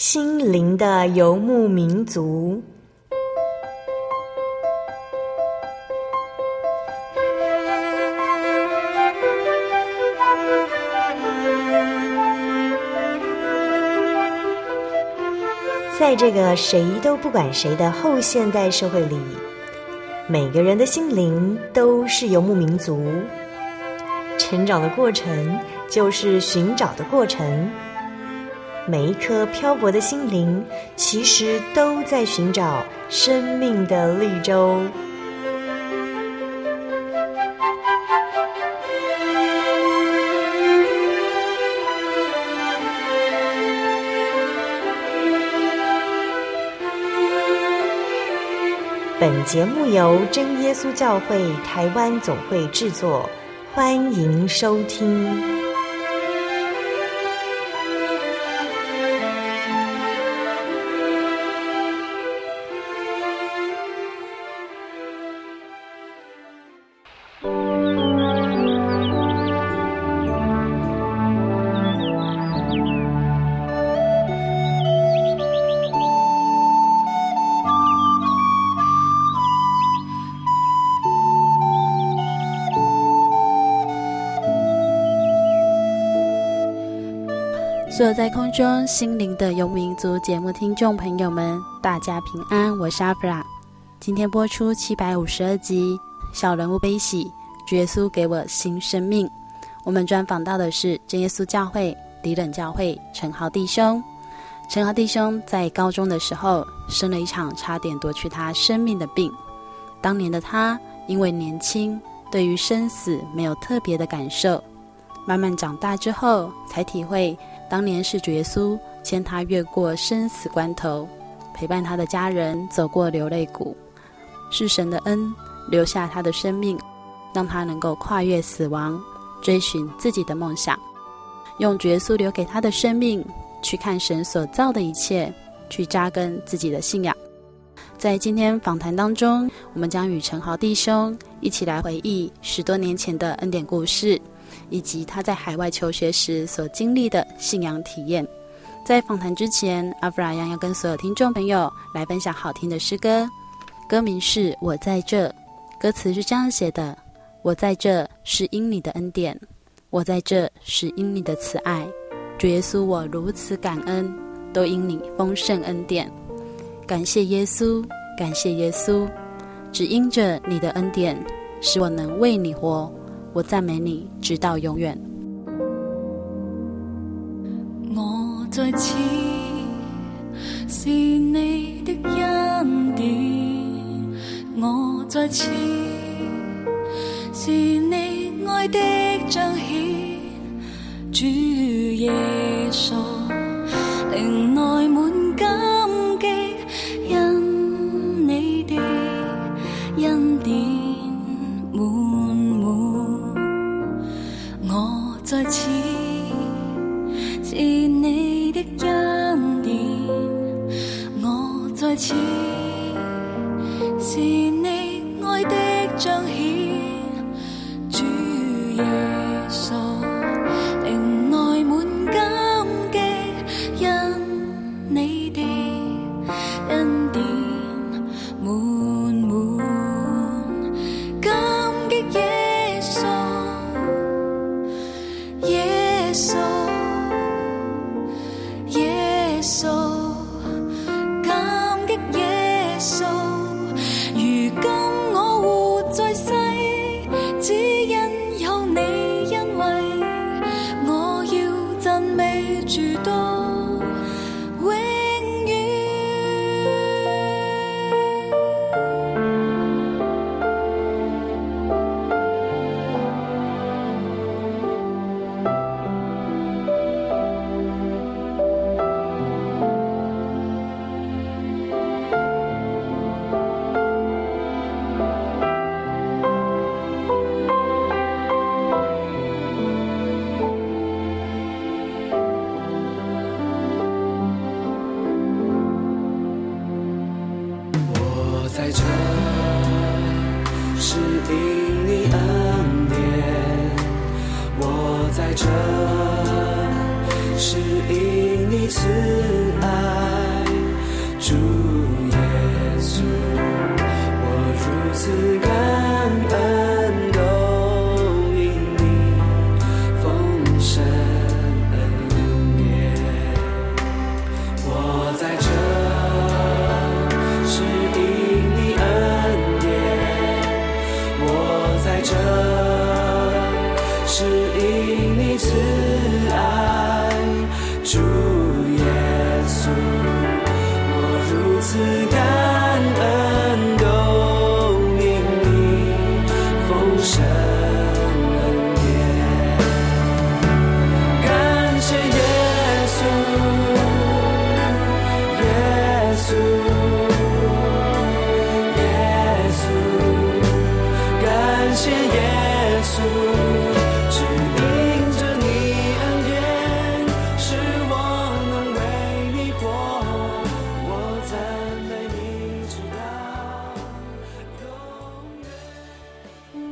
心灵的游牧民族。在这个谁都不管谁的后现代社会里，每个人的心灵都是游牧民族。成长的过程就是寻找的过程，每一颗漂泊的心灵其实都在寻找生命的绿洲。本节目由真耶稣教会台湾总会制作，欢迎收听。 所有在空中心灵的游牧民族节目听众朋友们，大家平安，我是阿弗拉。今天播出752集小人物悲喜，主耶稣给我新生命。我们专访到的是真耶稣教会底冷教会陈豪弟兄。陈豪弟兄在高中的时候生了一场差点夺去他生命的病。当年的他因为年轻，对于生死没有特别的感受，慢慢长大之后才体会当年是主耶稣牵他越过生死关头，陪伴他的家人走过流泪谷，是神的恩留下他的生命，让他能够跨越死亡，追寻自己的梦想，用主耶稣留给他的生命去看神所造的一切，去扎根自己的信仰。在今天访谈当中，我们将与陈豪弟兄一起来回忆10多年前的恩典故事，以及他在海外求学时所经历的信仰体验。在访谈之前，阿弗拉要跟所有听众朋友来分享好听的诗歌，歌名是我在这，歌词是这样写的：我在这是因你的恩典，我在这是因你的慈爱，主耶稣我如此感恩，都因你丰盛恩典。感谢耶稣，感谢耶稣，只因着你的恩典，使我能为你活，我赞美你直到永远。 我在此是你的恩典，我在此是你愛的彰顯，主耶穌靈內滿感激，因你的恩典滿滿，我在此是你的恩典，我在此是你愛的彰顯，主耶穌靈內滿感激，因你的恩典滿滿，感激耶穌，耶穌，耶穌，感激耶穌。如今我活在世，只因有你恩惠，我要讚美主到永遠。 我在这是因你恩典，我在这是因你慈爱， 主耶稣，我如此感恩，都因你丰盛恩典。我在这是因你恩典，我在这是因你慈爱，主耶稣，我如此感恩，都因你丰盛恩典。感谢耶稣，耶稣，耶稣，感谢耶稣，只因着你恩典，使我能为你活，我赞美你直到永远。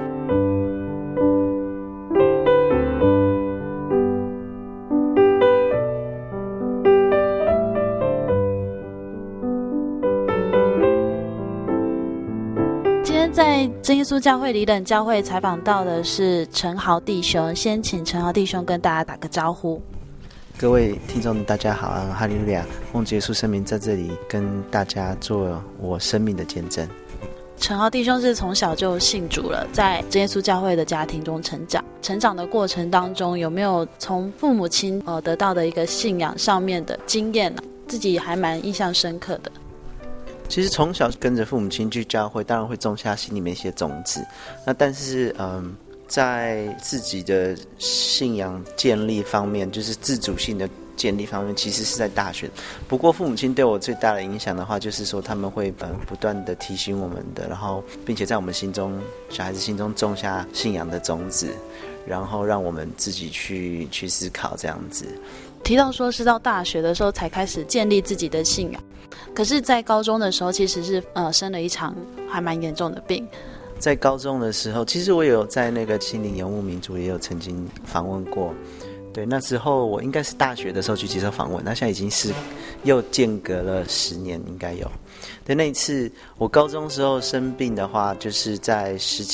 今天在真耶稣教会里冷教会采访到的是陈豪弟兄，先请陈豪弟兄跟大家打个招呼。 各位听众大家好，哈利路亚，奉主耶稣圣名在这里跟大家做我生命的见证。 陈豪弟兄是从小就信主了，在真耶稣教会的家庭中成长。成长的过程当中，有没有从父母亲得到的一个信仰上面的经验呢？自己还蛮印象深刻的。 其实从小跟着父母亲去教会，当然会种下心里面一些种子。那但是在自己的信仰建立方面，就是自主性的建立方面，其实是在大学。不过父母亲对我最大的影响的话，就是说他们会不断的提醒我们的，然后并且在我们心中，小孩子心中种下信仰的种子，然后让我们自己去思考这样子。 提到说是到大学的时候才开始建立自己的信仰，可是在高中的时候其实是生了一场还蛮严重的病。 在高中的时候，其实我有在那个心灵游牧民族也有曾经访问过。对，那时候我应该是大学的时候去接受访问，那现在已经是又间隔了10年，应该有。对，那一次我高中时候生病的话，就是在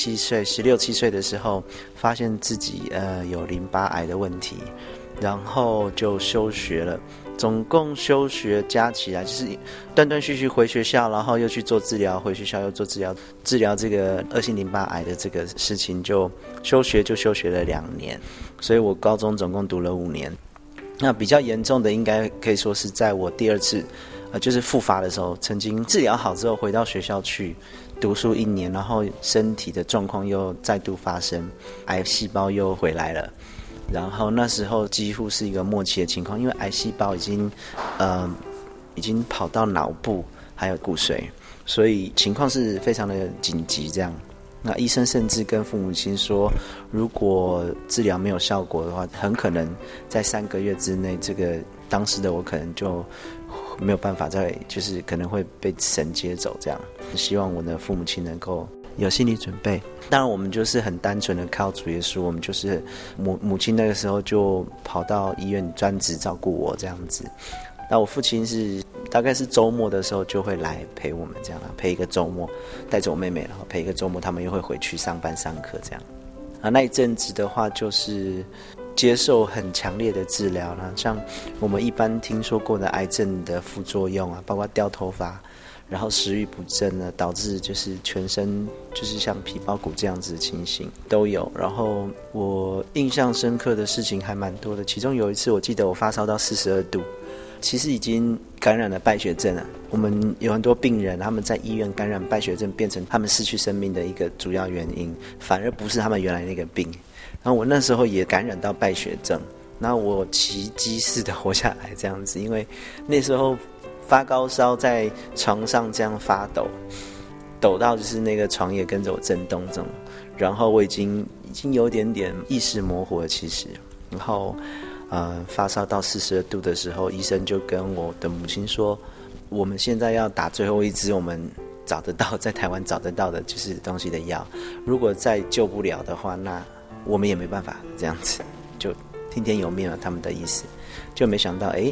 16、17岁的时候，发现自己有淋巴癌的问题，然后就休学了。总共休学加起来就是断断续续回学校，然后又去做治疗，回学校又做治疗这个恶性淋巴癌的这个事情，就休学了2年，所以我高中总共读了5年。那比较严重的应该可以说是在我第2次就是复发的时候，曾经治疗好之后回到学校去读书1年，然后身体的状况又再度发生，癌细胞又回来了。然后那时候几乎是一个末期的情况，因为癌细胞已经跑到脑部还有骨髓，所以情况是非常的紧急这样。那医生甚至跟父母亲说，如果治疗没有效果的话，很可能在3个月之内，这个当时的我可能就没有办法再，就是可能会被神接走这样。希望我的父母亲能够有心理准备。当然我们就是很单纯的靠主耶稣，我们就是母亲那个时候就跑到医院专职照顾我这样子。那我父亲是大概是周末的时候就会来陪我们这样，陪一个周末，带着我妹妹，然后陪一个周末，他们又会回去上班上课这样。那一阵子的话就是接受很强烈的治疗啦，像我们一般听说过的癌症的副作用啊，包括掉头发，然后食欲不振呢，导致就是全身就是像皮包骨这样子的情形都有。然后我印象深刻的事情还蛮多的，其中有一次我记得我发烧到42度，其实已经感染了败血症了。我们有很多病人他们在医院感染败血症变成他们失去生命的一个主要原因，反而不是他们原来那个病。然后我那时候也感染到败血症，那我奇迹似的活下来这样子，因为那时候发高烧，在床上这样发抖，抖到就是那个床也跟着我震动这种，然后我已经有点意识模糊了其实。然后发烧到42度的时候，医生就跟我的母亲说，我们现在要打最后一支我们找得到在台湾找得到的就是东西的药，如果再救不了的话，那我们也没办法这样子，就听天由命了他们的意思。就没想到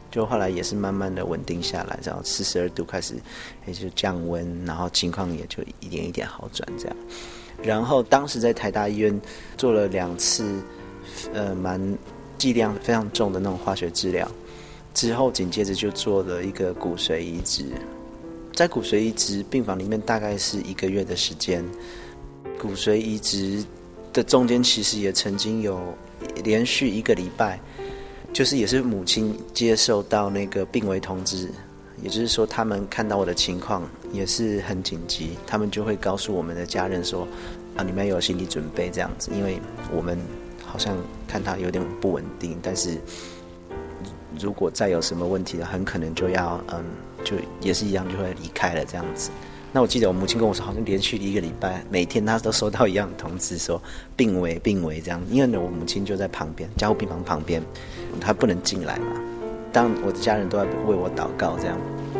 就后来也是慢慢的稳定下来，然后42度开始就降温，然后情况也就一点一点好转这样。然后当时在台大医院做了2次蛮剂量非常重的那种化学治疗，之后紧接着就做了一个骨髓移植。在骨髓移植病房里面大概是1个月的时间，骨髓移植的中间其实也曾经有连续1个礼拜，就是也是母亲接受到那个病危通知，也就是说他们看到我的情况也是很紧急，他们就会告诉我们的家人说你们要有心理准备这样子，因为我们好像看他有点不稳定，但是如果再有什么问题了，很可能就要就也是一样就会离开了这样子。那我记得我母亲跟我说，好像连续1个礼拜，每天她都收到一样的通知，说病危这样。因为呢，我母亲就在旁边，加护病房旁边，她不能进来嘛。当我的家人都在为我祷告这样。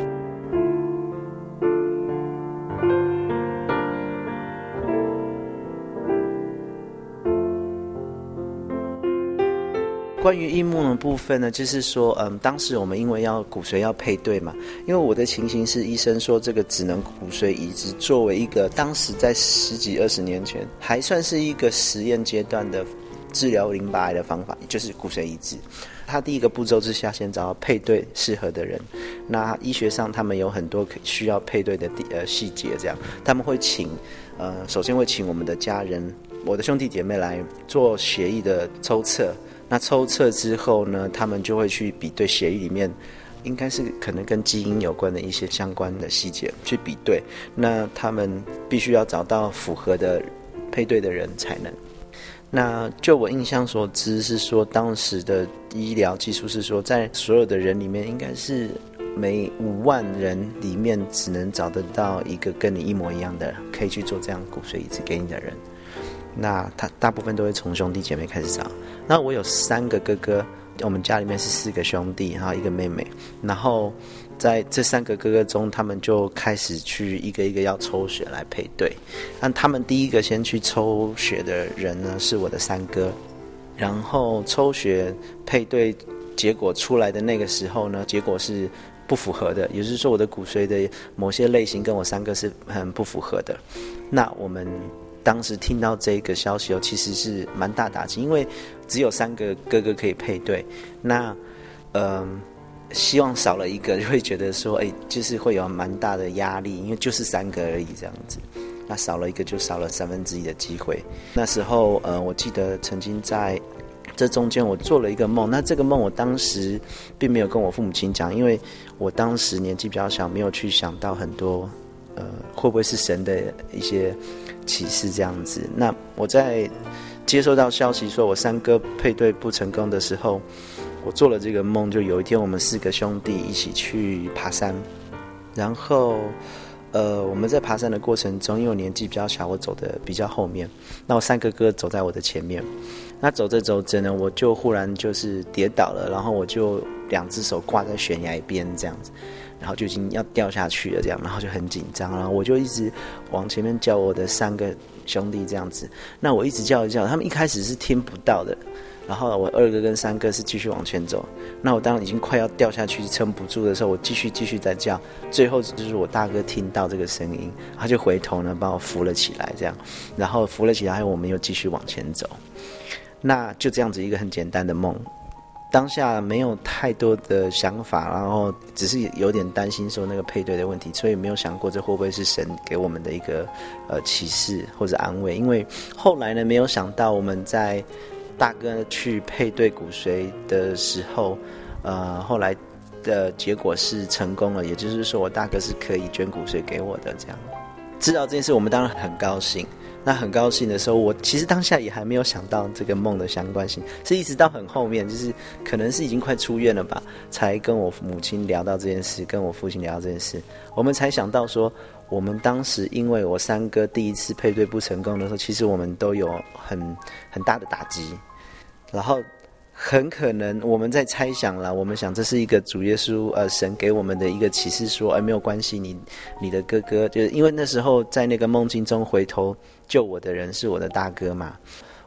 关于异梦的部分呢，就是说，当时我们因为骨髓要配对嘛，因为我的情形是医生说这个只能骨髓移植作为一个当时在10几20年前还算是一个实验阶段的治疗淋巴癌的方法，也就是骨髓移植。他第一个步骤之下先找到配对适合的人，那医学上他们有很多需要配对的细节，这样他们会首先会请我们的家人，我的兄弟姐妹来做血液的抽测。那抽测之后呢，他们就会去比对血液里面应该是可能跟基因有关的一些相关的细节去比对，那他们必须要找到符合的配对的人才能。那就我印象所知是说，当时的医疗技术是说，在所有的人里面应该是每5万人里面只能找得到一个跟你一模一样的可以去做这样骨髓移植给你的人。那他大部分都会从兄弟姐妹开始找。那我有3个哥哥，我们家里面是4个兄弟，然后1个妹妹。然后在这3个哥哥中，他们就开始去一个一个要抽血来配对。那他们第一个先去抽血的人呢，是我的3哥。然后抽血配对结果出来的那个时候呢，结果是不符合的，也就是说我的骨髓的某些类型跟我3哥是很不符合的。那我们当时听到这个消息其实是蛮大打击，因为只有3个哥哥可以配对，那希望少了一个就会觉得说就是会有蛮大的压力，因为就是3个而已这样子，那少了一个就少了1/3的机会。那时候我记得曾经在这中间我做了一个梦，那这个梦我当时并没有跟我父母亲讲，因为我当时年纪比较小，没有去想到很多会不会是神的一些启示这样子。那我在接收到消息说我3哥配对不成功的时候，我做了这个梦，就有一天我们4个兄弟一起去爬山，然后我们在爬山的过程中，因为我年纪比较小，我走的比较后面，那我3个哥走在我的前面。那走着走着呢，我就忽然就是跌倒了，然后我就2只手挂在悬崖边这样子，然后就已经要掉下去了这样，然后就很紧张，然后我就一直往前面叫我的3个兄弟这样子。那我一直叫一叫，他们一开始是听不到的，然后我2哥跟3哥是继续往前走。那我当然已经快要掉下去撑不住的时候，我继续在叫，最后就是我大哥听到这个声音，他就回头呢把我扶了起来这样，然后扶了起来我们又继续往前走。那就这样子一个很简单的梦，当下没有太多的想法，然后只是有点担心说那个配对的问题，所以没有想过这会不会是神给我们的一个启示或者安慰。因为后来呢，没有想到我们在大哥去配对骨髓的时候，后来的结果是成功了，也就是说我大哥是可以捐骨髓给我的。这样知道这件事，我们当然很高兴。那很高兴的时候，我其实当下也还没有想到这个梦的相关性，是一直到很后面，就是可能是已经快出院了吧，才跟我母亲聊到这件事，跟我父亲聊到这件事，我们才想到说，我们当时因为我3哥第一次配对不成功的时候，其实我们都有很大的打击，然后很可能我们在猜想啦，我们想这是一个主耶稣神给我们的一个启示说，没有关系，你的哥哥，就是因为那时候在那个梦境中回头救我的人是我的大哥嘛，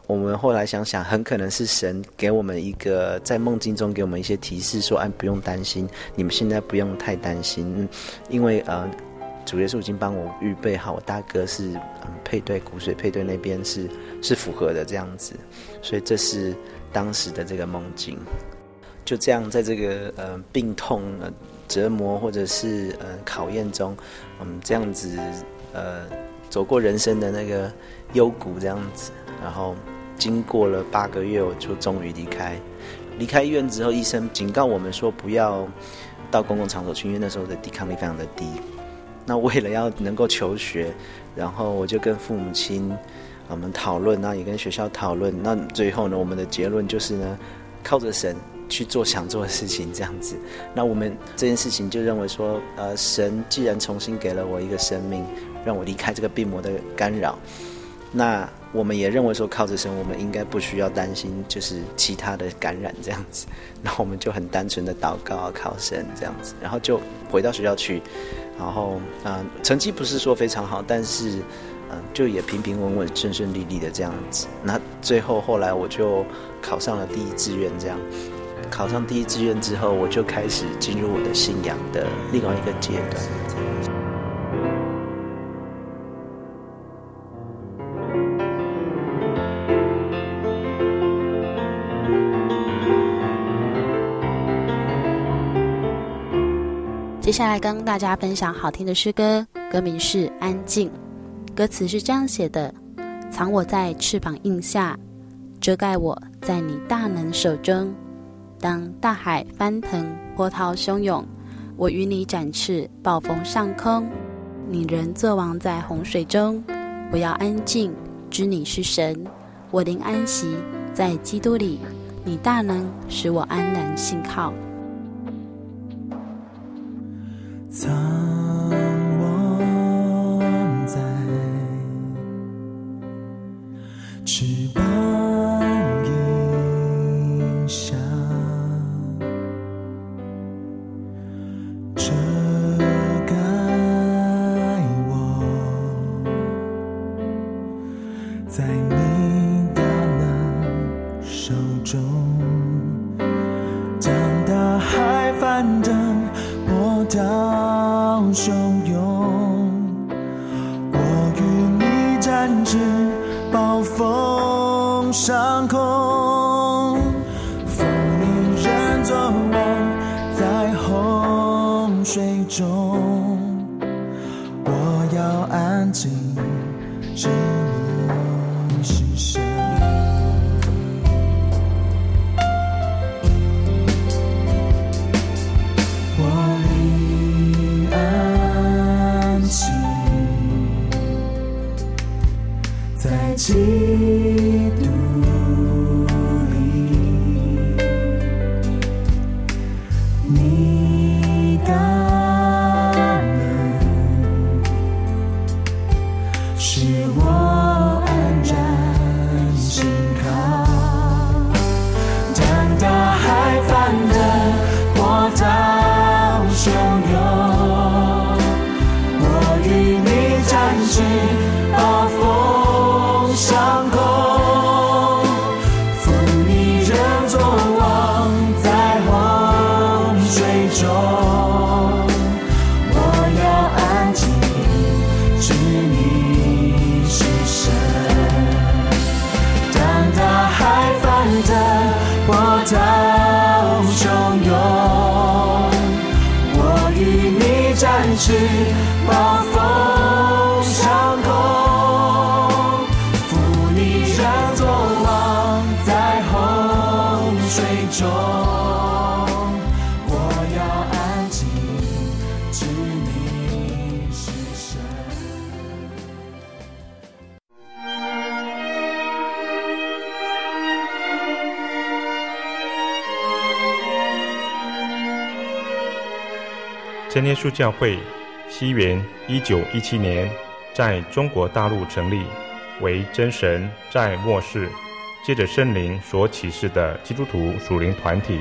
我们后来想想，很可能是神给我们一个在梦境中给我们一些提示，说不用担心，你们现在不用太担心，因为主耶稣已经帮我预备好，我大哥是配对骨髓配对那边是符合的这样子，所以这是当时的这个梦境。就这样，在这个病痛、折磨或者是考验中，这样子走过人生的那个幽谷这样子，然后经过了8个月，我就终于离开医院之后，医生警告我们说不要到公共场所去，因为那时候的抵抗力非常的低。那为了要能够求学，然后我就跟父母亲我们讨论，那也跟学校讨论，那最后呢，我们的结论就是呢，靠着神去做想做的事情这样子。那我们这件事情就认为说，神既然重新给了我一个生命，让我离开这个病魔的干扰，那我们也认为说靠着神，我们应该不需要担心就是其他的感染这样子。然后我们就很单纯的祷告靠神这样子，然后就回到学校去，然后成绩不是说非常好，但是就也平平稳稳顺顺利利的这样子。那最后来我就考上了第1志愿，这样考上第1志愿之后，我就开始进入我的信仰的另外一个阶段。 接下来跟大家分享好听的诗歌，歌名是《安静》，歌词是这样写的：藏我在翅膀荫下，遮盖我在你大能手中。当大海翻腾，波涛汹涌，我与你展翅，暴风上空。你仍坐王在洪水中，我要安静，知你是神。我灵安息在基督里，你大能使我安然信靠。 藏我在翅膀荫下，遮盖我在你大能手中。当大海翻腾，波涛汹涌，我与你展翅，暴风上空。负你人作王在洪水中，我要安静，知你是神。基督里，你大能使我安然信靠。当大海翻腾，波涛汹涌，我与你展翅，暴风上空。负你人作王在洪水中，我要安静，知你是神。当大海翻腾，波涛汹涌，我与你展翅，暴风上空。中，我要安静，知你是神。 真耶稣教会西元1917年在中国大陆成立，为真神在末世借着圣灵所启示的基督徒属灵团体，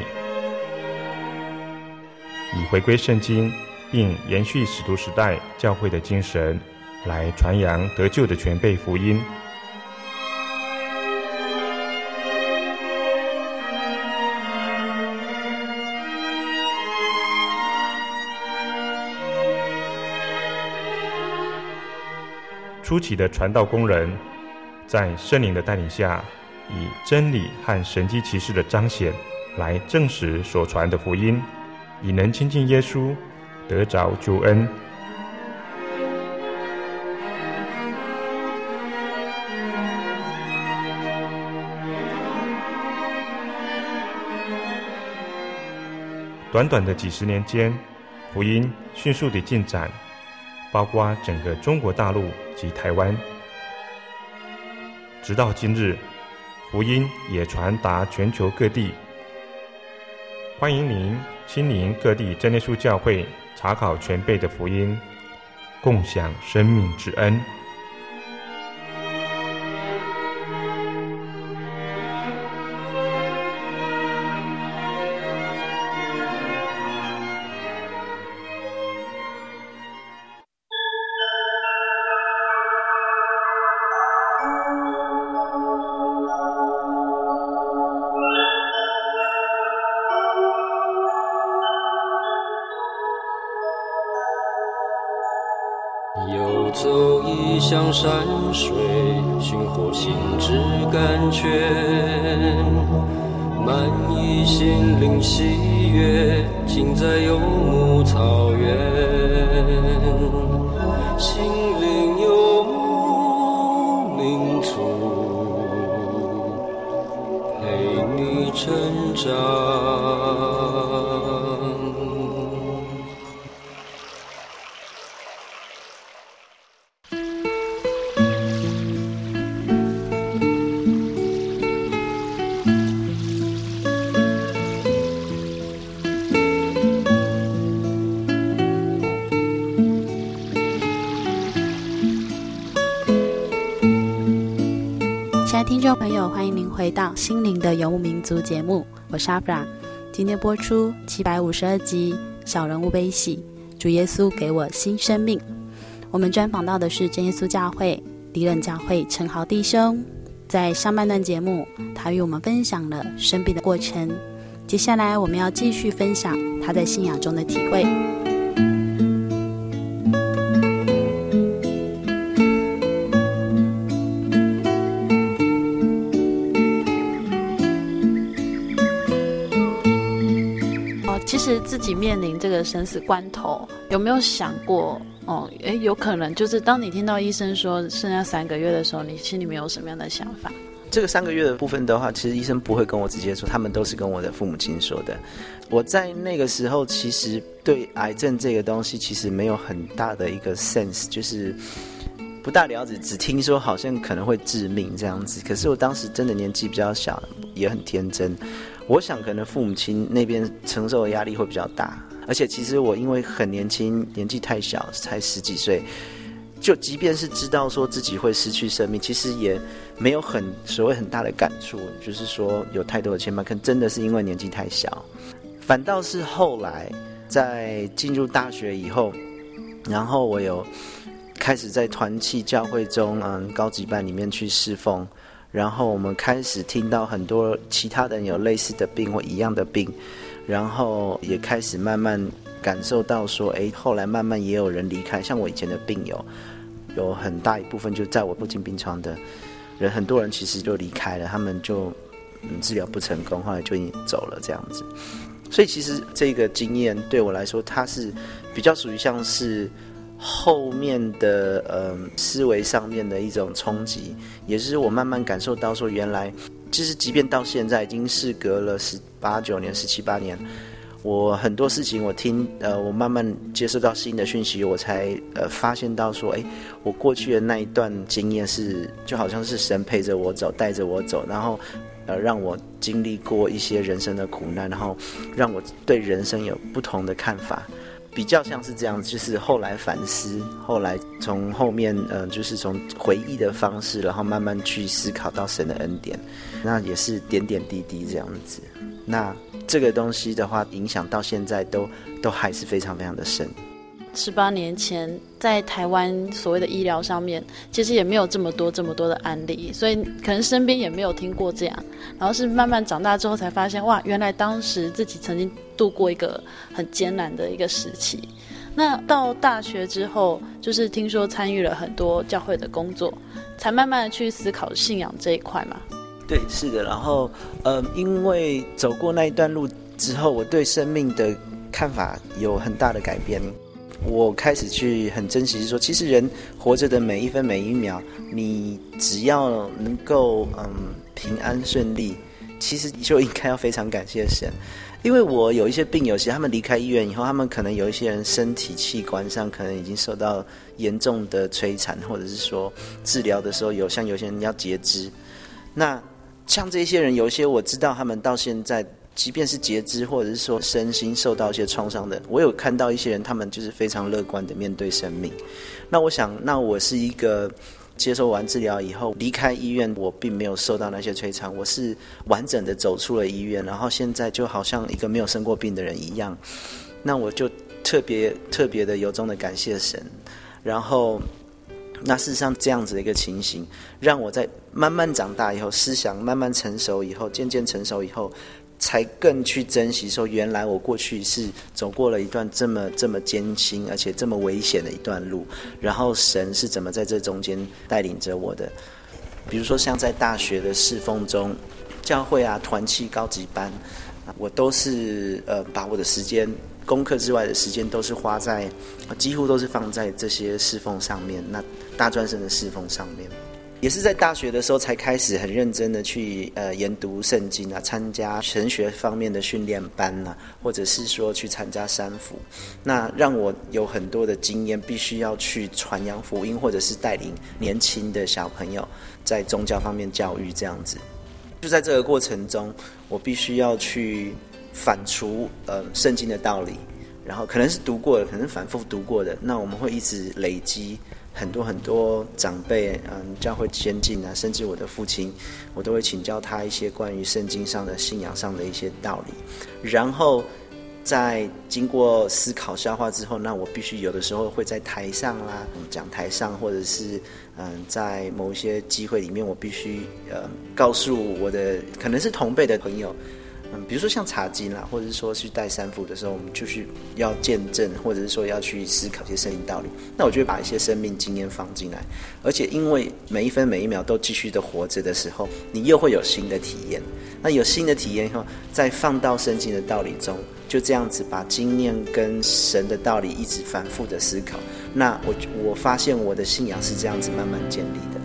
以回归圣经并延续使徒时代教会的精神，来传扬得救的全备福音。 初期的传道工人，在圣灵的带领下，以真理和神迹奇事的彰显来证实所传的福音，以能亲近耶稣，得着救恩。短短的几十年间，福音迅速地进展，包括整个中国大陆及台湾。直到今日，福音也传达全球各地。欢迎您亲临各地真耶稣教会，查考全备的福音，共享生命之恩。 游走异乡山水，寻获心之甘泉，满溢心灵喜悦，尽在游牧草原。心灵游牧民族，陪你成长。 听众朋友，欢迎您回到心灵的游牧民族节目，我是阿弗拉。今天播出752集小人物悲喜，主耶稣给我新生命。我们专访到的是真耶稣教会离人教会陈豪弟兄。在上半段节目，他与我们分享了生病的过程，接下来我们要继续分享他在信仰中的体会。 其实自己面临这个生死关头，有没有想过有可能就是当你听到医生说剩下3个月的时候，你心里面有什么样的想法？ 这个3个月的部分的话，其实医生不会跟我直接说，他们都是跟我的父母亲说的。我在那个时候其实对癌症这个东西其实没有很大的一个 sense， 就是不大了解，只听说好像可能会致命这样子。可是我当时真的年纪比较小，也很天真，我想可能父母亲那边承受的压力会比较大，而且其实我因为很年轻，年纪太小，才10几岁，就即便是知道说自己会失去生命，其实也没有所谓很大的感触，就是说有太多的牵绊，可能真的是因为年纪太小。反倒是后来在进入大学以后，然后我有开始在团契教会中高级班里面去侍奉，然后我们开始听到很多其他人有类似的病或一样的病，然后也开始慢慢感受到说，后来慢慢也有人离开，像我以前的病友，有很大一部分就在我不进病床的人，很多人其实就离开了，他们就治疗不成功，后来就已经走了这样子。所以其实这个经验对我来说，它是比较属于像是后面的思维上面的一种冲击，也是我慢慢感受到说，原来其实即便到现在已经事隔了18、19年、17、18年，我很多事情我听我慢慢接受到新的讯息，我才发现到说，我过去的那一段经验是就好像是神陪着我走，带着我走，然后让我经历过一些人生的苦难，然后让我对人生有不同的看法。比较像是这样，就是后来反思，后来从后面就是从回忆的方式，然后慢慢去思考到神的恩典，那也是点点滴滴这样子。那这个东西的话，影响到现在都还是非常非常的深。 18年前在台湾所谓的医疗上面，其实也没有这么多的案例，所以可能身边也没有听过这样，然后是慢慢长大之后才发现，哇，原来当时自己曾经度过一个很艰难的一个时期。 那到大学之后，就是听说参与了很多教会的工作，才慢慢的去思考信仰这一块嘛。 对，是的。然后，因为走过那一段路之后，我对生命的看法有很大的改变。我开始去很珍惜说，其实人活着的每一分每一秒，你只要能够平安顺利，其实就应该要非常感谢神。因为我有一些病友，其实他们离开医院以后，他们可能有一些人身体器官上可能已经受到严重的摧残，或者是说治疗的时候像有些人要截肢。那像这些人，有一些我知道他们到现在，即便是截肢或者是说身心受到一些创伤的，我有看到一些人，他们就是非常乐观的面对生命。那我想，那我是一个接受完治疗以后离开医院，我并没有受到那些摧残，我是完整的走出了医院，然后现在就好像一个没有生过病的人一样。那我就特别的由衷的感谢神。然后那事实上这样子的一个情形，让我在慢慢长大以后，思想慢慢成熟以后，渐渐成熟以后，才更去珍惜说，原来我过去是走过了一段这么艰辛而且这么危险的一段路，然后神是怎么在这中间带领着我的。比如说像在大学的侍奉中，教会啊、团契、高级班，我都是把我的时间，功课之外的时间都是花在，几乎都是放在这些侍奉上面，那大专生的侍奉上面。也是在大学的时候才开始很认真的去研读圣经啊，参加神学方面的训练班啊，或者是说去参加三辅，那让我有很多的经验，必须要去传扬福音，或者是带领年轻的小朋友在宗教方面教育这样子。就在这个过程中，我必须要去反刍圣经的道理，然后可能是读过的，可能是反复读过的，那我们会一直累积很多长辈，教会先进啊，甚至我的父亲，我都会请教他一些关于圣经上的信仰上的一些道理，然后在经过思考消化之后，那我必须有的时候会在台上啦，讲台上，或者是在某一些机会里面，我必须告诉我的可能是同辈的朋友。比如说像查经啦，或者是说去带三辅的时候，我们就是要见证，或者是说要去思考一些圣经道理。那我就会把一些生命经验放进来，而且因为每一分每一秒都继续的活着的时候，你又会有新的体验。那有新的体验以后，再放到圣经的道理中，就这样子把经验跟神的道理一直反复的思考。那我发现我的信仰是这样子慢慢建立的。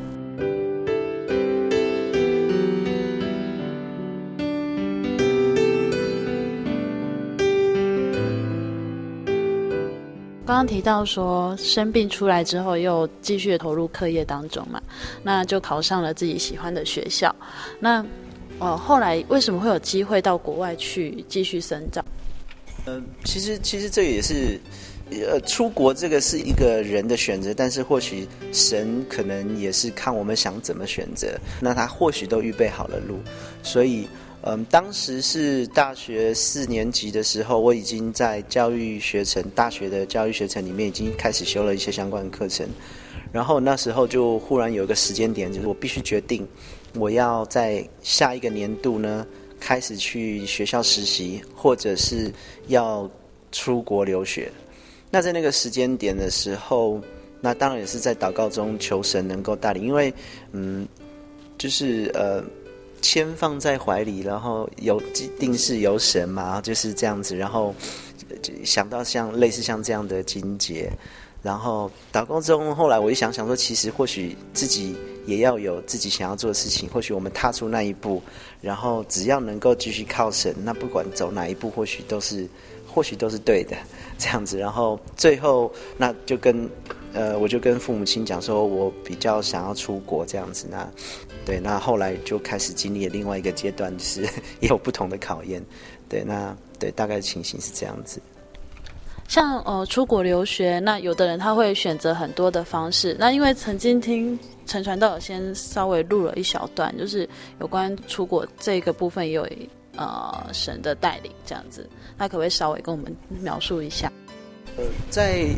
刚刚提到说生病出来之后又继续投入课业当中嘛，那就考上了自己喜欢的学校。那后来为什么会有机会到国外去继续深造？ 其实这也是出国这个是一个人的选择，但是或许神可能也是看我们想怎么选择，那他或许都预备好了路。所以当时是大学4年级的时候，我已经在大学的教育学程里面已经开始修了一些相关的课程。然后那时候就忽然有一个时间点，就是我必须决定我要在下一个年度呢开始去学校实习，或者是要出国留学。那在那个时间点的时候，那当然也是在祷告中求神能够带领，因为就是签放在怀里，然后定是由神嘛，就是这样子。然后想到类似像这样的经节，然后祷告中，后来我一想说，其实或许自己也要有自己想要做的事情，或许我们踏出那一步，然后只要能够继续靠神，那不管走哪一步，或许都是对的，这样子。然后最后那就我就跟父母亲讲说，我比较想要出国这样子。那后来就开始经历了另外一个阶段，就是也有不同的考验。大概情形是这样子。 像出国留学，那有的人他会选择很多的方式。那因为曾经听陈传道有先稍微录了一小段，就是有关出国这个部分也有神的带领这样子。那可不可以稍微跟我们描述一下？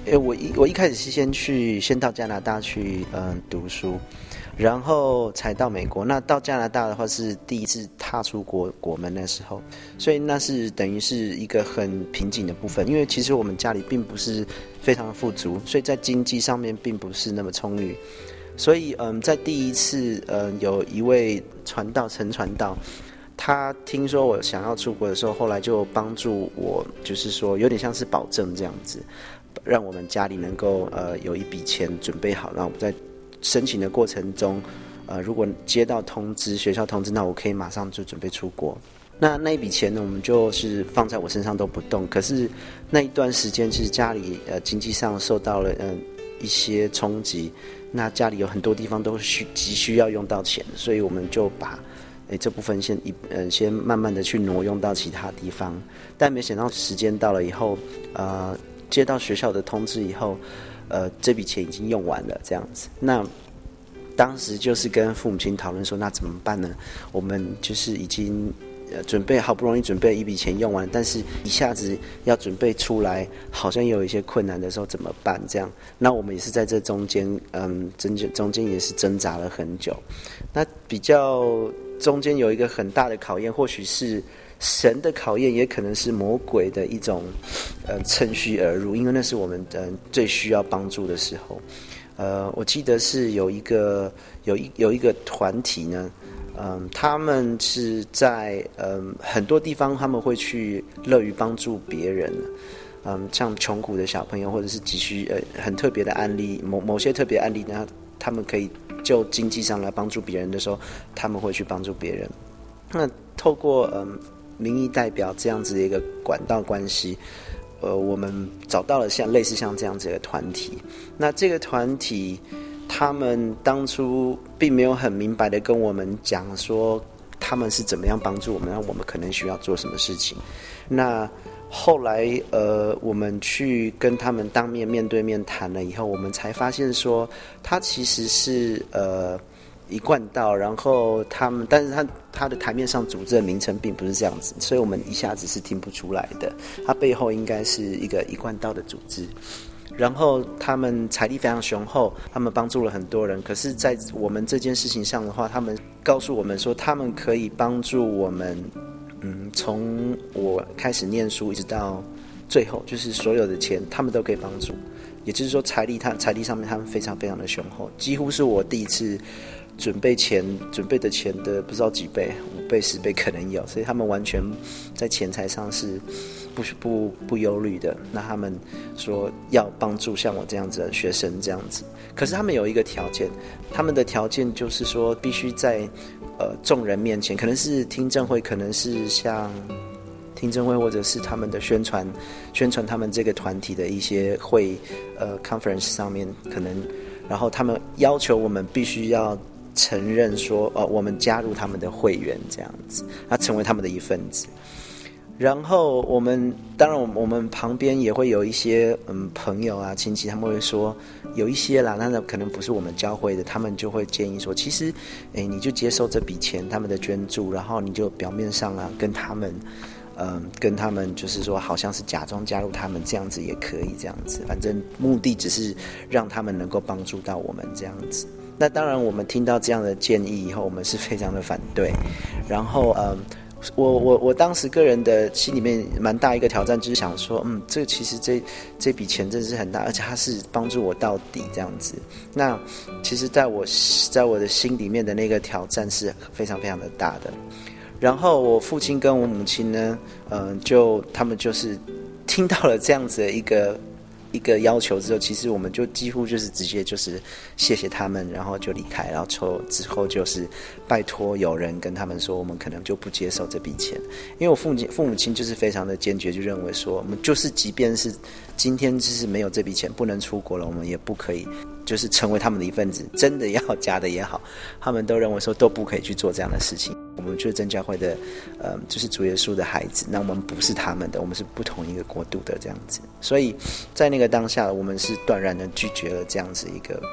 我一开始是先到加拿大去读书，然后才到美国。那到加拿大的话是第一次踏出国门那时候，所以那是等于是一个很瓶颈的部分。因为其实我们家里并不是非常的富足，所以在经济上面并不是那么充裕。所以在第一次有一位陈传道，他听说我想要出国的时候，后来就帮助我，就是说有点像是保证这样子，让我们家里能够有一笔钱准备好，然后我们在申请的过程中，如果接到通知，学校通知，那我可以马上就准备出国。那一笔钱呢，我们就是放在我身上都不动。可是那一段时间，其实家里经济上受到了一些冲击，那家里有很多地方都急需要用到钱，所以我们就把这部分先慢慢的去挪用到其他地方。但没想到时间到了以后，接到学校的通知以后，这笔钱已经用完了这样子。那当时就是跟父母亲讨论说，那怎么办呢？我们就是已经好不容易准备一笔钱用完，但是一下子要准备出来，好像有一些困难的时候怎么办？这样，那我们也是在这中间，中间也是挣扎了很久。那比较中间有一个很大的考验，或许是神的考验，也可能是魔鬼的一种趁虚而入，因为那是我们最需要帮助的时候。我记得是有一个团体呢。他们是在很多地方，他们会去乐于帮助别人，像穷苦的小朋友，或者是急需很特别的案例，某些特别案例呢，他们可以就经济上来帮助别人的时候，他们会去帮助别人。那透过民意代表这样子的一个管道关系，我们找到了类似像这样子的团体。那这个团体，他们当初并没有很明白的跟我们讲说他们是怎么样帮助我们，那我们可能需要做什么事情。那后来我们去跟他们当面对面谈了以后，我们才发现说他其实是一贯道，然后但是他的台面上组织的名称并不是这样子，所以我们一下子是听不出来的，他背后应该是一个一贯道的组织。然后他们财力非常雄厚，他们帮助了很多人，可是在我们这件事情上的话，他们告诉我们说他们可以帮助我们从我开始念书一直到最后，就是所有的钱他们都可以帮助，也就是说财力上面他们非常非常的雄厚，几乎是我第一次准备的钱的不知道几倍，5倍10倍可能有，所以他们完全在钱财上是不忧虑的。那他们说要帮助像我这样子的学生这样子，可是他们有一个条件，他们的条件就是说必须在众人面前，可能是听证会，可能是像听证会，或者是他们的宣传他们这个团体的一些会conference 上面可能，然后他们要求我们必须要承认说我们加入他们的会员这样子，成为他们的一份子。然后当然我们旁边也会有一些朋友啊亲戚，他们会说有一些啦，那可能不是我们教会的，他们就会建议说，其实你就接受这笔钱他们的捐助，然后你就表面上啊跟他们就是说好像是假装加入他们这样子也可以这样子，反正目的只是让他们能够帮助到我们这样子。那当然我们听到这样的建议以后，我们是非常的反对。然后我当时个人的心里面蛮大一个挑战，就是想说这个其实这笔钱真的是很大，而且它是帮助我到底这样子。那其实在我的心里面的那个挑战是非常非常的大的。然后我父亲跟我母亲呢他们就是听到了这样子的一个要求之后，其实我们就几乎就是直接就是谢谢他们，然后就离开，然后之后就是拜托有人跟他们说，我们可能就不接受这笔钱，因为我父母亲就是非常的坚决，就认为说我们就是即便是今天就是没有这笔钱不能出国了，我们也不可以就是成为他们的一份子，真的要假的也好，他们都认为说都不可以去做这样的事情。我们就是真教会的就是主耶稣的孩子，那我们不是他们的，我们是不同一个国度的这样子。所以在那个当下，我们是断然的拒绝了这样子一个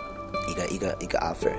offer。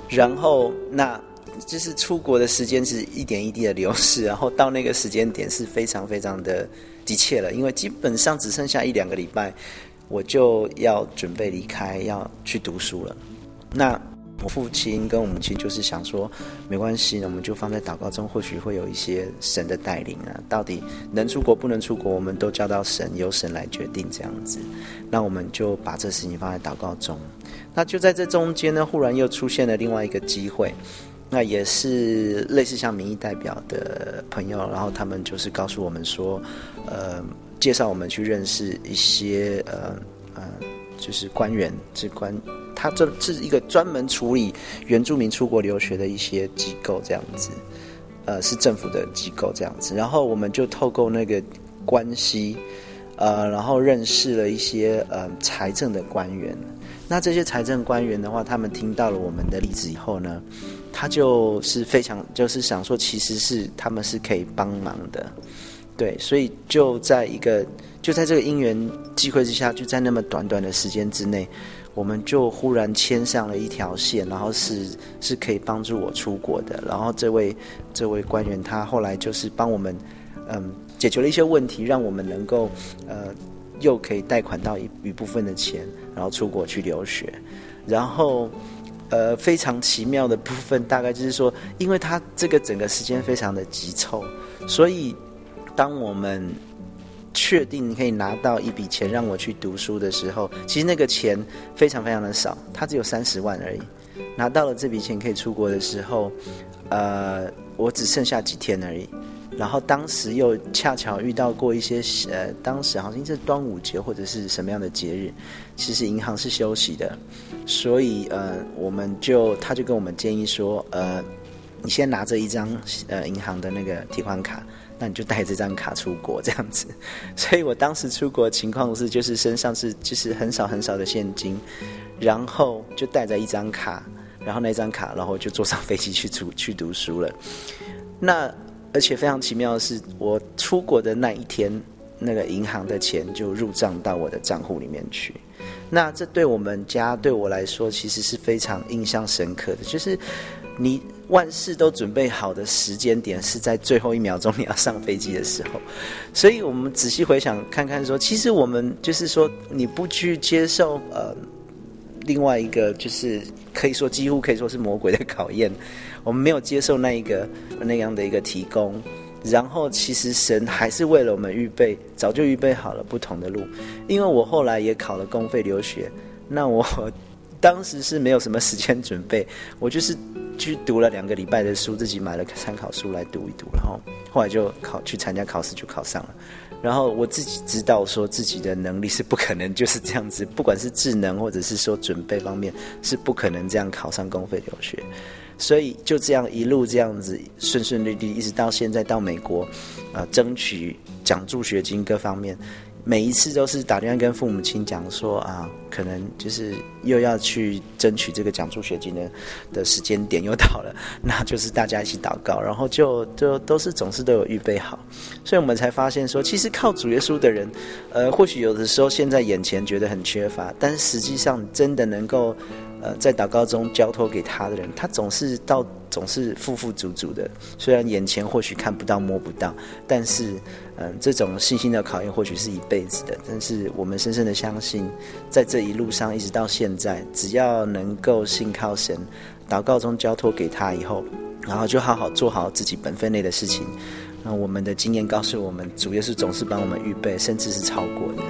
然后那就是出国的时间是一点一滴的流逝，然后到那个时间点是非常非常的急切了，因为基本上只剩下1-2个礼拜，我就要准备离开，要去读书了。那我父亲跟我母亲就是想说，没关系，我们就放在祷告中，或许会有一些神的带领啊。到底能出国不能出国，我们都交到神，由神来决定这样子。那我们就把这事情放在祷告中。那就在这中间呢，忽然又出现了另外一个机会。那也是类似像民意代表的朋友，然后他们就是告诉我们说，介绍我们去认识一些就是官员，他这是一个专门处理原住民出国留学的一些机构这样子，是政府的机构这样子。然后我们就透过那个关系，然后认识了一些财政的官员。那这些财政官员的话，他们听到了我们的例子以后呢，他就是非常就是想说，其实是他们是可以帮忙的，对，所以就在这个因缘际会之下，就在那么短短的时间之内，我们就忽然牵上了一条线，然后是可以帮助我出国的。然后这位官员他后来就是帮我们解决了一些问题，让我们能够又可以贷款到一部分的钱，然后出国去留学。然后非常奇妙的部分大概就是说，因为他这个整个时间非常的急凑，所以当我们确定可以拿到一笔钱让我去读书的时候，其实那个钱非常非常的少，他只有30万而已。拿到了这笔钱可以出国的时候，我只剩下几天而已。然后当时又恰巧遇到过一些当时好像是端午节或者是什么样的节日，其实银行是休息的，所以他就跟我们建议说，你先拿着一张银行的那个提款卡，那你就带这张卡出国这样子。所以我当时出国的情况是，就是身上是就是很少很少的现金，然后就带着一张卡，然后那张卡，然后就坐上飞机去读书了。那而且非常奇妙的是，我出国的那一天，那个银行的钱就入账到我的账户里面去。那这对我们家对我来说，其实是非常印象深刻的，就是你万事都准备好的时间点是在最后1秒钟你要上飞机的时候。所以我们仔细回想看看说，其实我们就是说，你不去接受另外一个就是几乎可以说是魔鬼的考验，我们没有接受那样的一个提供，然后其实神还是为了我们早就预备好了不同的路。因为我后来也考了公费留学，那我当时是没有什么时间准备，我就是去读了2个礼拜的书，自己买了参考书来读一读，然后后来就去参加考试，就考上了。然后我自己知道说自己的能力是不可能就是这样子，不管是智能或者是说准备方面，是不可能这样考上公费留学。所以就这样一路这样子顺顺利利，一直到现在到美国，争取奖助学金各方面，每一次都是打电话跟父母亲讲说可能就是又要去争取这个奖助学金的时间点又到了，那就是大家一起祷告，然后就总是都有预备好。所以我们才发现说，其实靠主耶稣的人，或许有的时候现在眼前觉得很缺乏，但是实际上真的能够在祷告中交托给他的人，他总是富富足足的。虽然眼前或许看不到摸不到，但是这种信心的考验或许是一辈子的。但是我们深深的相信，在这一路上一直到现在，只要能够信靠神，祷告中交托给他以后，然后就好好做好自己本分内的事情，那我们的经验告诉我们，主耶稣总是帮我们预备，甚至是超过的。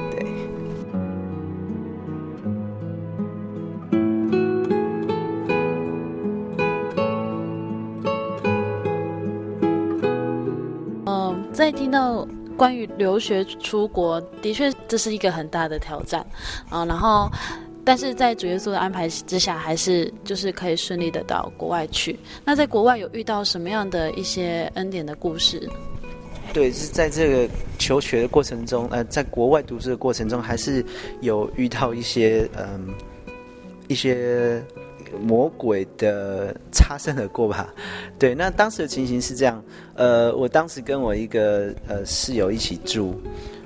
在听到关于留学出国，的确这是一个很大的挑战然后但是在主耶稣的安排之下，还是就是可以顺利的到国外去。那在国外有遇到什么样的一些恩典的故事？ 对，是在这个求学的过程中，在国外读书的过程中，还是有遇到一些魔鬼的擦身而过吧。对，那当时的情形是这样，我当时跟我一个室友一起住，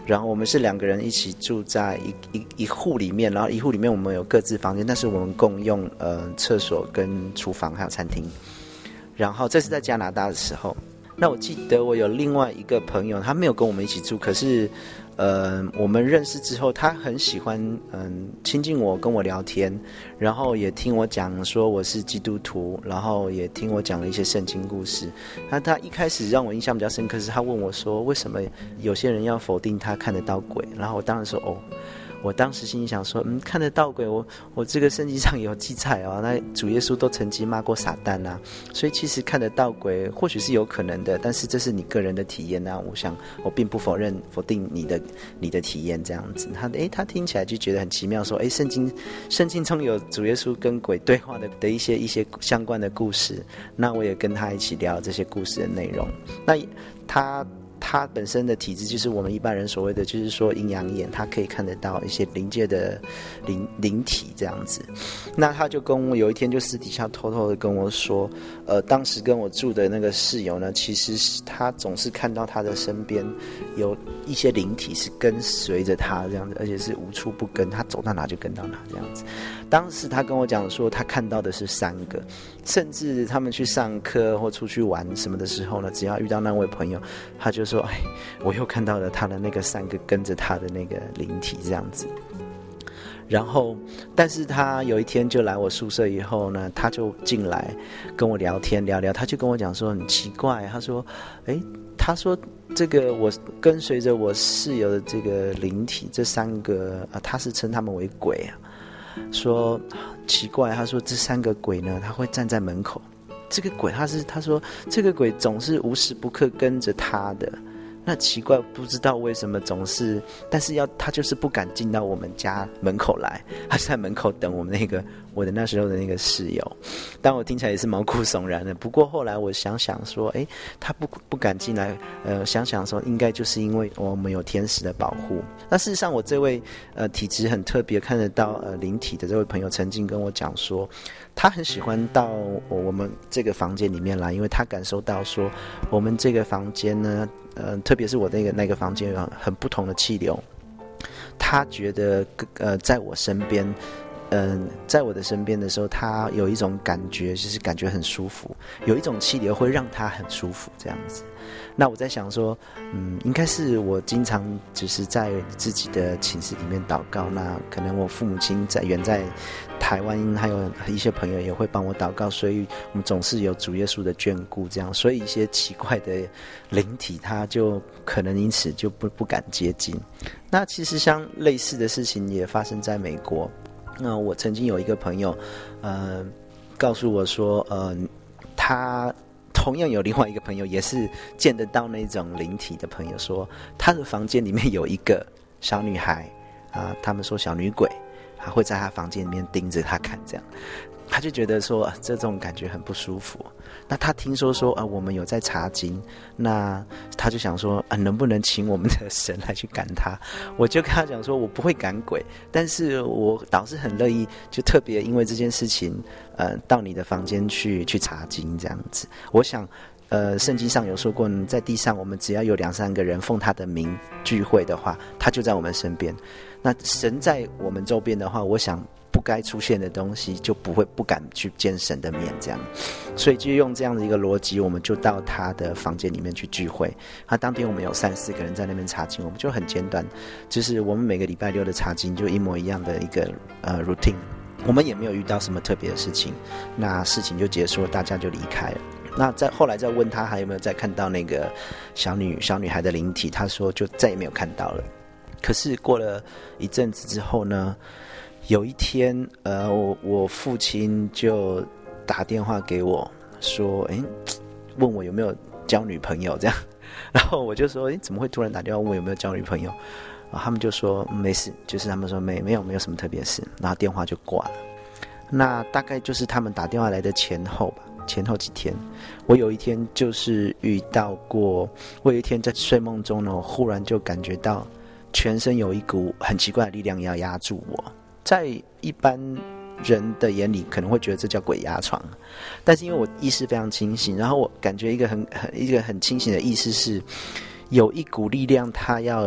然后我们是2个人一起住在一户里面，然后一户里面我们有各自房间，但是我们共用厕所跟厨房还有餐厅。然后这是在加拿大的时候，那我记得我有另外一个朋友，他没有跟我们一起住，可是我们认识之后，他很喜欢亲近我，跟我聊天，然后也听我讲说我是基督徒，然后也听我讲了一些圣经故事。那他一开始让我印象比较深刻是他问我说为什么有些人要否定他看得到鬼，然后我当然说我当时心里想说看得到鬼，我这个圣经上有记载哦，那主耶稣都曾经骂过撒旦啊，所以其实看得到鬼或许是有可能的，但是这是你个人的体验啊，我想我并不否定你的体验这样子。他听起来就觉得很奇妙，说圣经中有主耶稣跟鬼对话的一些相关的故事，那我也跟他一起聊这些故事的内容。那他本身的体质就是我们一般人所谓的就是说阴阳眼，他可以看得到一些灵界的灵体这样子。那他就跟我有一天就私底下偷偷的跟我说当时跟我住的那个室友呢，其实他总是看到他的身边有一些灵体是跟随着他这样子，而且是无处不跟，他走到哪就跟到哪这样子。当时他跟我讲说他看到的是3个，甚至他们去上课或出去玩什么的时候呢，只要遇到那位朋友，他就说我又看到了他的那个3个跟着他的那个灵体这样子。然后但是他有一天就来我宿舍以后呢，他就进来跟我聊天聊，他就跟我讲说很奇怪，他说这个我跟随着我室友的这个灵体这3个他是称他们为鬼啊，说奇怪，他说这3个鬼呢，他会站在门口，这个鬼他说这个鬼总是无时不刻跟着他的，那奇怪不知道为什么总是，但是他就是不敢进到我们家门口来，他是在门口等我的那时候的那个室友。但我听起来也是毛骨悚然的，不过后来我想想说他不敢进来，想想说应该就是因为我们有天使的保护。那事实上我这位体质很特别看得到灵体的这位朋友曾经跟我讲说，他很喜欢到我们这个房间里面来，因为他感受到说我们这个房间呢特别是我那个房间有很不同的气流，他觉得在我身边在我的身边的时候，他有一种感觉，就是感觉很舒服，有一种气流会让他很舒服这样子。那我在想说应该是我经常只是在自己的寝室里面祷告，那可能我父母亲远在台湾，还有一些朋友也会帮我祷告，所以我们总是有主耶稣的眷顾这样，所以一些奇怪的灵体他就可能因此就不敢接近。那其实像类似的事情也发生在美国。那我曾经有一个朋友告诉我说他同样有另外一个朋友也是见得到那种灵体的朋友，说他的房间里面有一个小女孩他们说小女鬼会在他房间里面盯着他看这样。他就觉得说这种感觉很不舒服。那他听说我们有在查经，那他就想说能不能请我们的神来去赶他。我就跟他讲说我不会赶鬼，但是我倒是很乐意就特别因为这件事情到你的房间去查经这样子。我想圣经上有说过在地上我们只要有2-3个人奉他的名聚会的话，他就在我们身边。那神在我们周边的话，我想不该出现的东西就不敢去见神的面这样。所以就用这样的一个逻辑，我们就到他的房间里面去聚会。当天我们有3-4个人在那边查经，我们就很简短，就是我们每个礼拜6的查经就一模一样的一个routine，我们也没有遇到什么特别的事情，那事情就结束了，大家就离开了。那后来再问他还有没有再看到那个小女孩的灵体，他说就再也没有看到了。可是过了一阵子之后呢，有一天我父亲就打电话给我说问我有没有交女朋友这样。然后我就说怎么会突然打电话问我有没有交女朋友，他们就说没事，就是他们说没有什么特别事，然后电话就挂了。那大概就是他们打电话来的前后几天，我有一天就是遇到过，我有一天在睡梦中呢，我忽然就感觉到全身有一股很奇怪的力量要压住我。在一般人的眼里可能会觉得这叫鬼压床，但是因为我意识非常清醒，然后我感觉一个很清醒的意识是有一股力量它要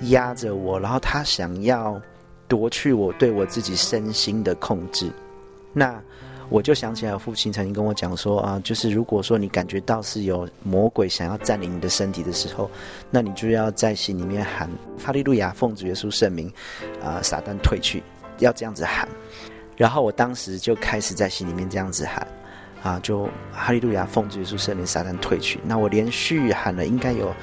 压着我，然后他想要夺去我对我自己身心的控制。那我就想起来，父亲曾经跟我讲说就是如果说你感觉到是有魔鬼想要占领你的身体的时候，那你就要在心里面喊哈利路亚，奉主耶稣圣名，撒旦退去，要这样子喊。然后我当时就开始在心里面这样子喊就哈利路亚，奉主耶稣圣名，撒旦退去。那我连续喊了应该有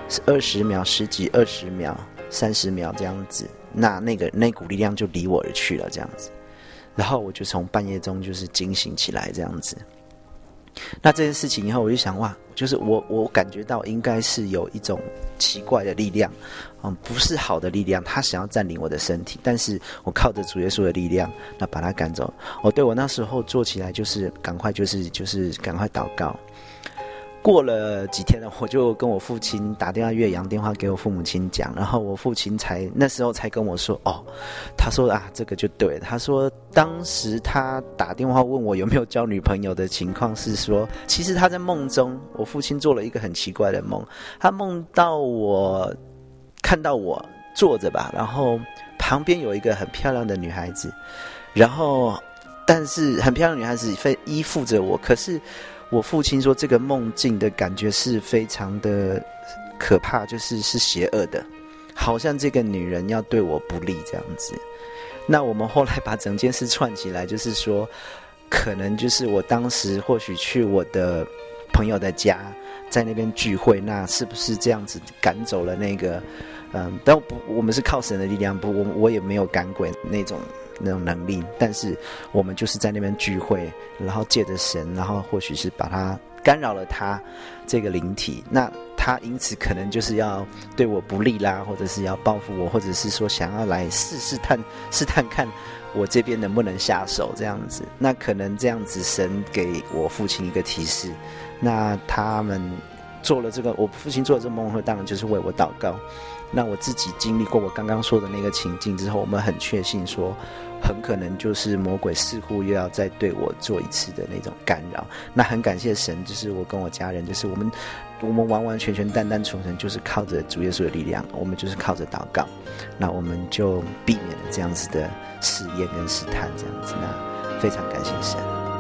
20秒、10几、20秒、30秒这样子，那股力量就离我而去了这样子。然后我就从半夜中就是惊醒起来这样子。那这件事情以后我就想，哇，就是我感觉到应该是有一种奇怪的力量，不是好的力量，他想要占领我的身体，但是我靠着主耶稣的力量，那把他赶走。对，我那时候做起来就是赶快赶快祷告。过了几天呢，我就跟我父亲打电话越洋电话给我父母亲讲，然后我父亲那时候才跟我说，他说这个就对了。他说当时他打电话问我有没有交女朋友的情况是说，其实他在梦中，我父亲做了一个很奇怪的梦，他梦到看到我坐着吧，然后旁边有一个很漂亮的女孩子，然后但是很漂亮的女孩子依附着我，可是我父亲说这个梦境的感觉是非常的可怕，是邪恶的，好像这个女人要对我不利这样子。那我们后来把整件事串起来，就是说可能就是我当时或许去我的朋友的家，在那边聚会，那是不是这样子赶走了那个但我们是靠神的力量，我也没有赶鬼那种能力，但是我们就是在那边聚会，然后借着神，然后或许是把他干扰了他这个灵体，那他因此可能就是要对我不利啦，或者是要报复我，或者是说想要来试探看我这边能不能下手这样子。那可能这样子神给我父亲一个提示，那他们做了这个，我父亲做了这个梦会，当然就是为我祷告。那我自己经历过我刚刚说的那个情境之后，我们很确信说很可能就是魔鬼似乎又要再对我做一次的那种干扰。那很感谢神，就是我跟我家人，就是我们完完全全单单纯纯就是靠着主耶稣的力量，我们就是靠着祷告，那我们就避免了这样子的试验跟试探这样子。那非常感谢神。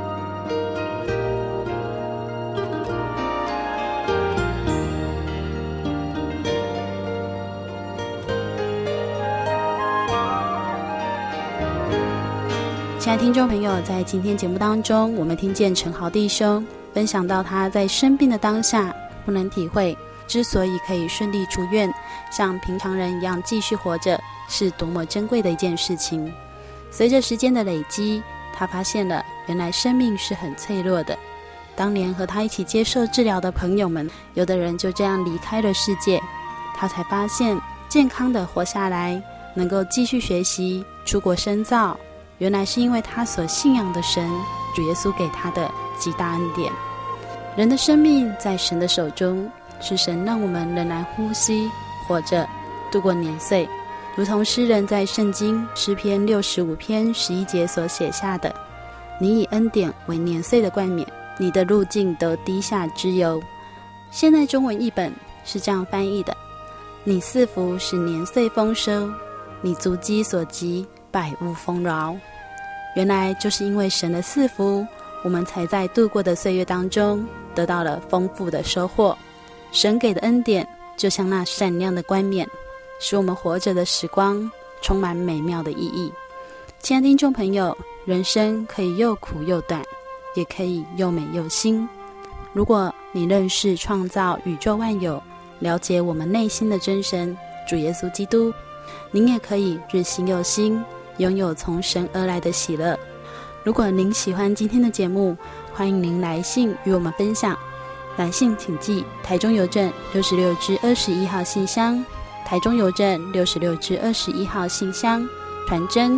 亲爱的听众朋友，在今天节目当中，我们听见陈豪弟兄分享到他在生病的当下不能体会之所以可以顺利出院，像平常人一样继续活着，是多么珍贵的一件事情。随着时间的累积，他发现了原来生命是很脆弱的。当年和他一起接受治疗的朋友们，有的人就这样离开了世界，他才发现健康的活下来，能够继续学习出国深造，原来是因为他所信仰的神主耶稣给他的极大恩典。人的生命在神的手中，是神让我们仍然呼吸活着度过年岁，如同诗人在圣经诗篇65篇11节所写下的，你以恩典为年岁的冠冕，你的路径都滴下脂油。现在中文译本是这样翻译的，你赐福使年岁丰收，你足迹所及百物丰饶。原来就是因为神的赐福，我们才在度过的岁月当中得到了丰富的收获。神给的恩典就像那闪亮的冠冕，使我们活着的时光充满美妙的意义。亲爱的听众朋友，人生可以又苦又短，也可以又美又新。如果你认识创造宇宙万有，了解我们内心的真神主耶稣基督，您也可以日新又新，拥有从神而来的喜乐。如果您喜欢今天的节目，欢迎您来信与我们分享。来信请寄台中邮政66支21号信箱，台中邮政66支21号信箱，传真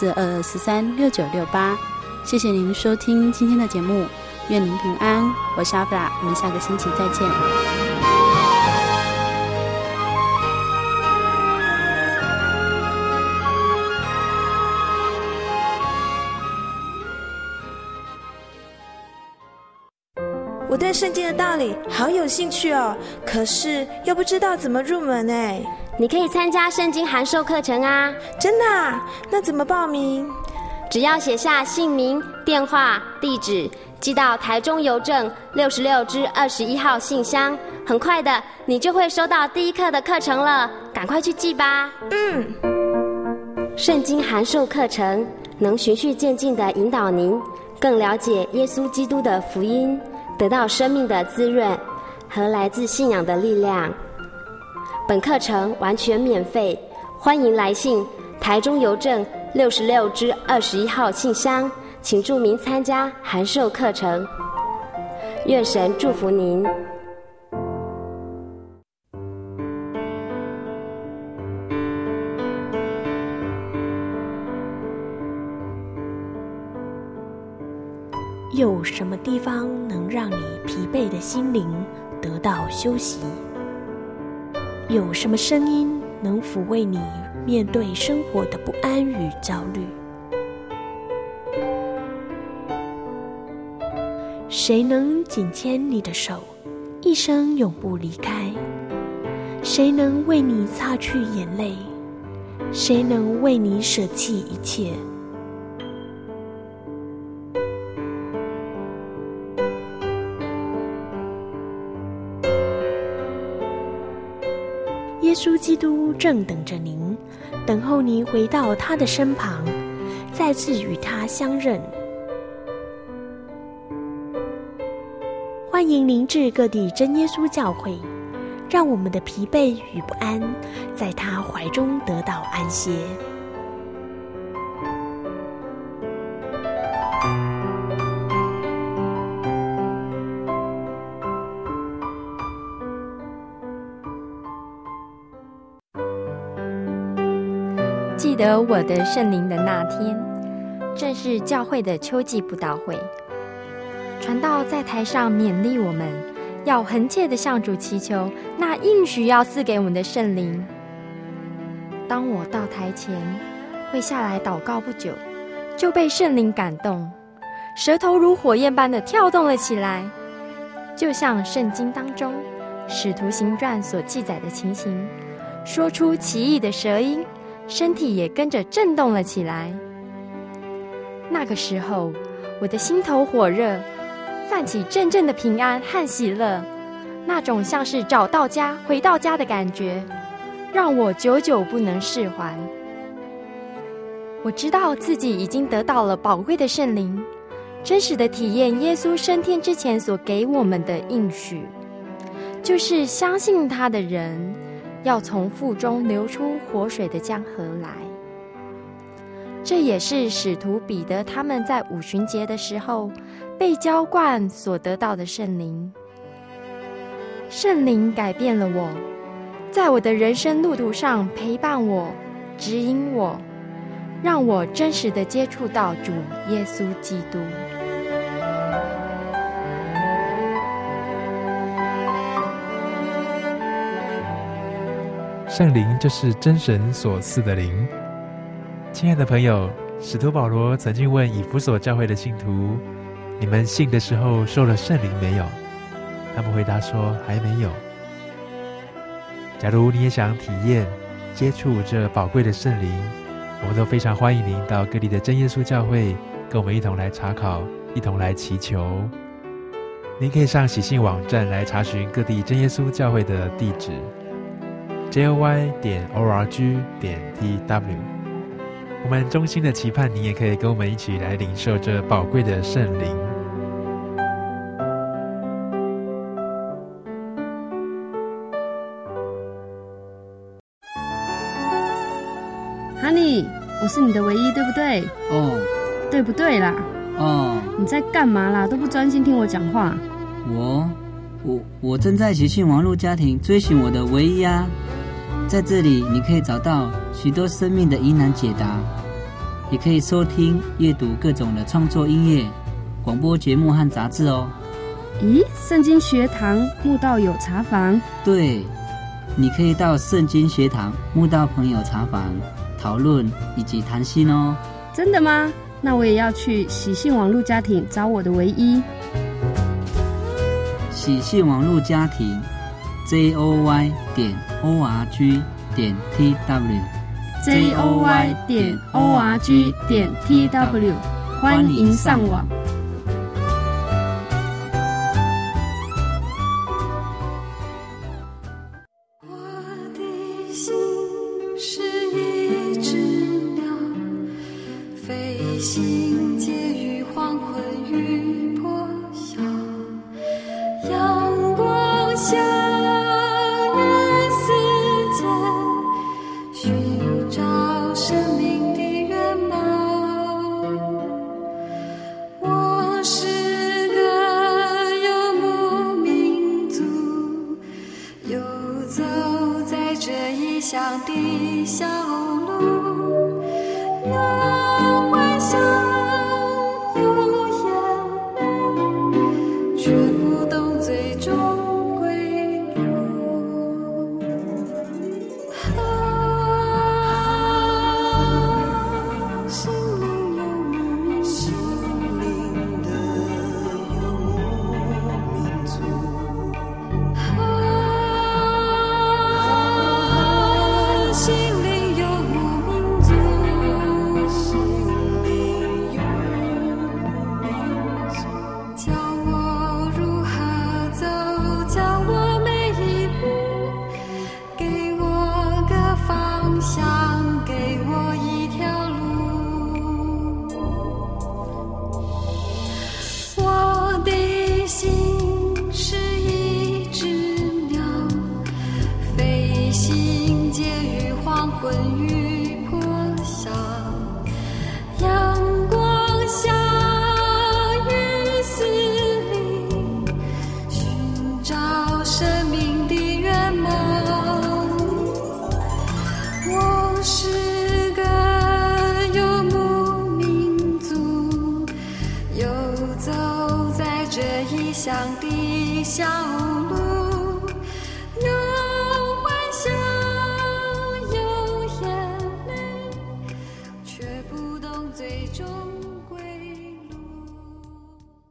0422436968。谢谢您收听今天的节目，愿您平安。我是阿弗拉，我们下个星期再见。 我对圣经的道理好有兴趣哦，可是又不知道怎么入门哎。 你可以参加圣经函授课程啊。 真的啊？那怎么报名？ 只要写下姓名、电话、地址，寄到台中邮政66支21号信箱，很快的你就会收到第一课的课程了，赶快去寄吧。圣经函授课程能循序渐进地引导您更了解耶稣基督的福音，得到生命的滋润和来自信仰的力量。本课程完全免费，欢迎来信台中邮政66支21号信箱，请注明参加函授课程。愿神祝福您。 有什么地方能让你疲惫的心灵得到休息？有什么声音能抚慰你面对生活的不安与焦虑？谁能紧牵你的手，一生永不离开？谁能为你擦去眼泪？谁能为你舍弃一切？耶稣基督正等着您，等候您回到他的身旁，再次与他相认。欢迎您至各地真耶稣教会，让我们的疲惫与不安在他怀中得到安歇。 记得我的圣灵的那天，正是教会的秋季布道会。传道在台上勉励我们，要恒切地向主祈求那应许要赐给我们的圣灵。当我到台前跪下来祷告不久，就被圣灵感动，舌头如火焰般的跳动了起来，就像圣经当中使徒行传所记载的情形，说出奇异的舌音，身体也跟着震动了起来。那个时候，我的心头火热，泛起阵阵的平安和喜乐，那种像是找到家、回到家的感觉，让我久久不能释怀。我知道自己已经得到了宝贵的圣灵，真实的体验耶稣升天之前所给我们的应许，就是相信他的人要从腹中流出活水的江河来。这也是使徒彼得他们在五旬节的时候被浇灌所得到的圣灵。圣灵改变了我，在我的人生路途上陪伴我、指引我，让我真实地接触到主耶稣基督。 圣灵就是真神所赐的灵。亲爱的朋友，使徒保罗曾经问以弗所教会的信徒，你们信的时候受了圣灵没有？他们回答说还没有。假如你也想体验接触这宝贵的圣灵，我们都非常欢迎您到各地的真耶稣教会跟我们一同来查考，一同来祈求。您可以上喜信网站来查询各地真耶稣教会的地址 joy.org.tw。 我们衷心的期盼您也可以跟我们一起来领受这宝贵的圣灵。 哈尼，我是你的唯一，对不对？ 哦。 对不对啦？ 哦。 你在干嘛啦？都不专心听我讲话。 我正在喜讯网络家庭追寻我的唯一啊！在这里，你可以找到许多生命的疑难解答，也可以收听、阅读各种的创作音乐、广播节目和杂志哦。 咦，圣经学堂慕道友茶房？ 对，你可以到圣经学堂慕道朋友茶房讨论以及谈心哦。 真的吗？那我也要去喜讯网络家庭找我的唯一。喜讯网络家庭 joy.org.tw joy.org.tw， 欢迎上网。 走在这异乡的小路。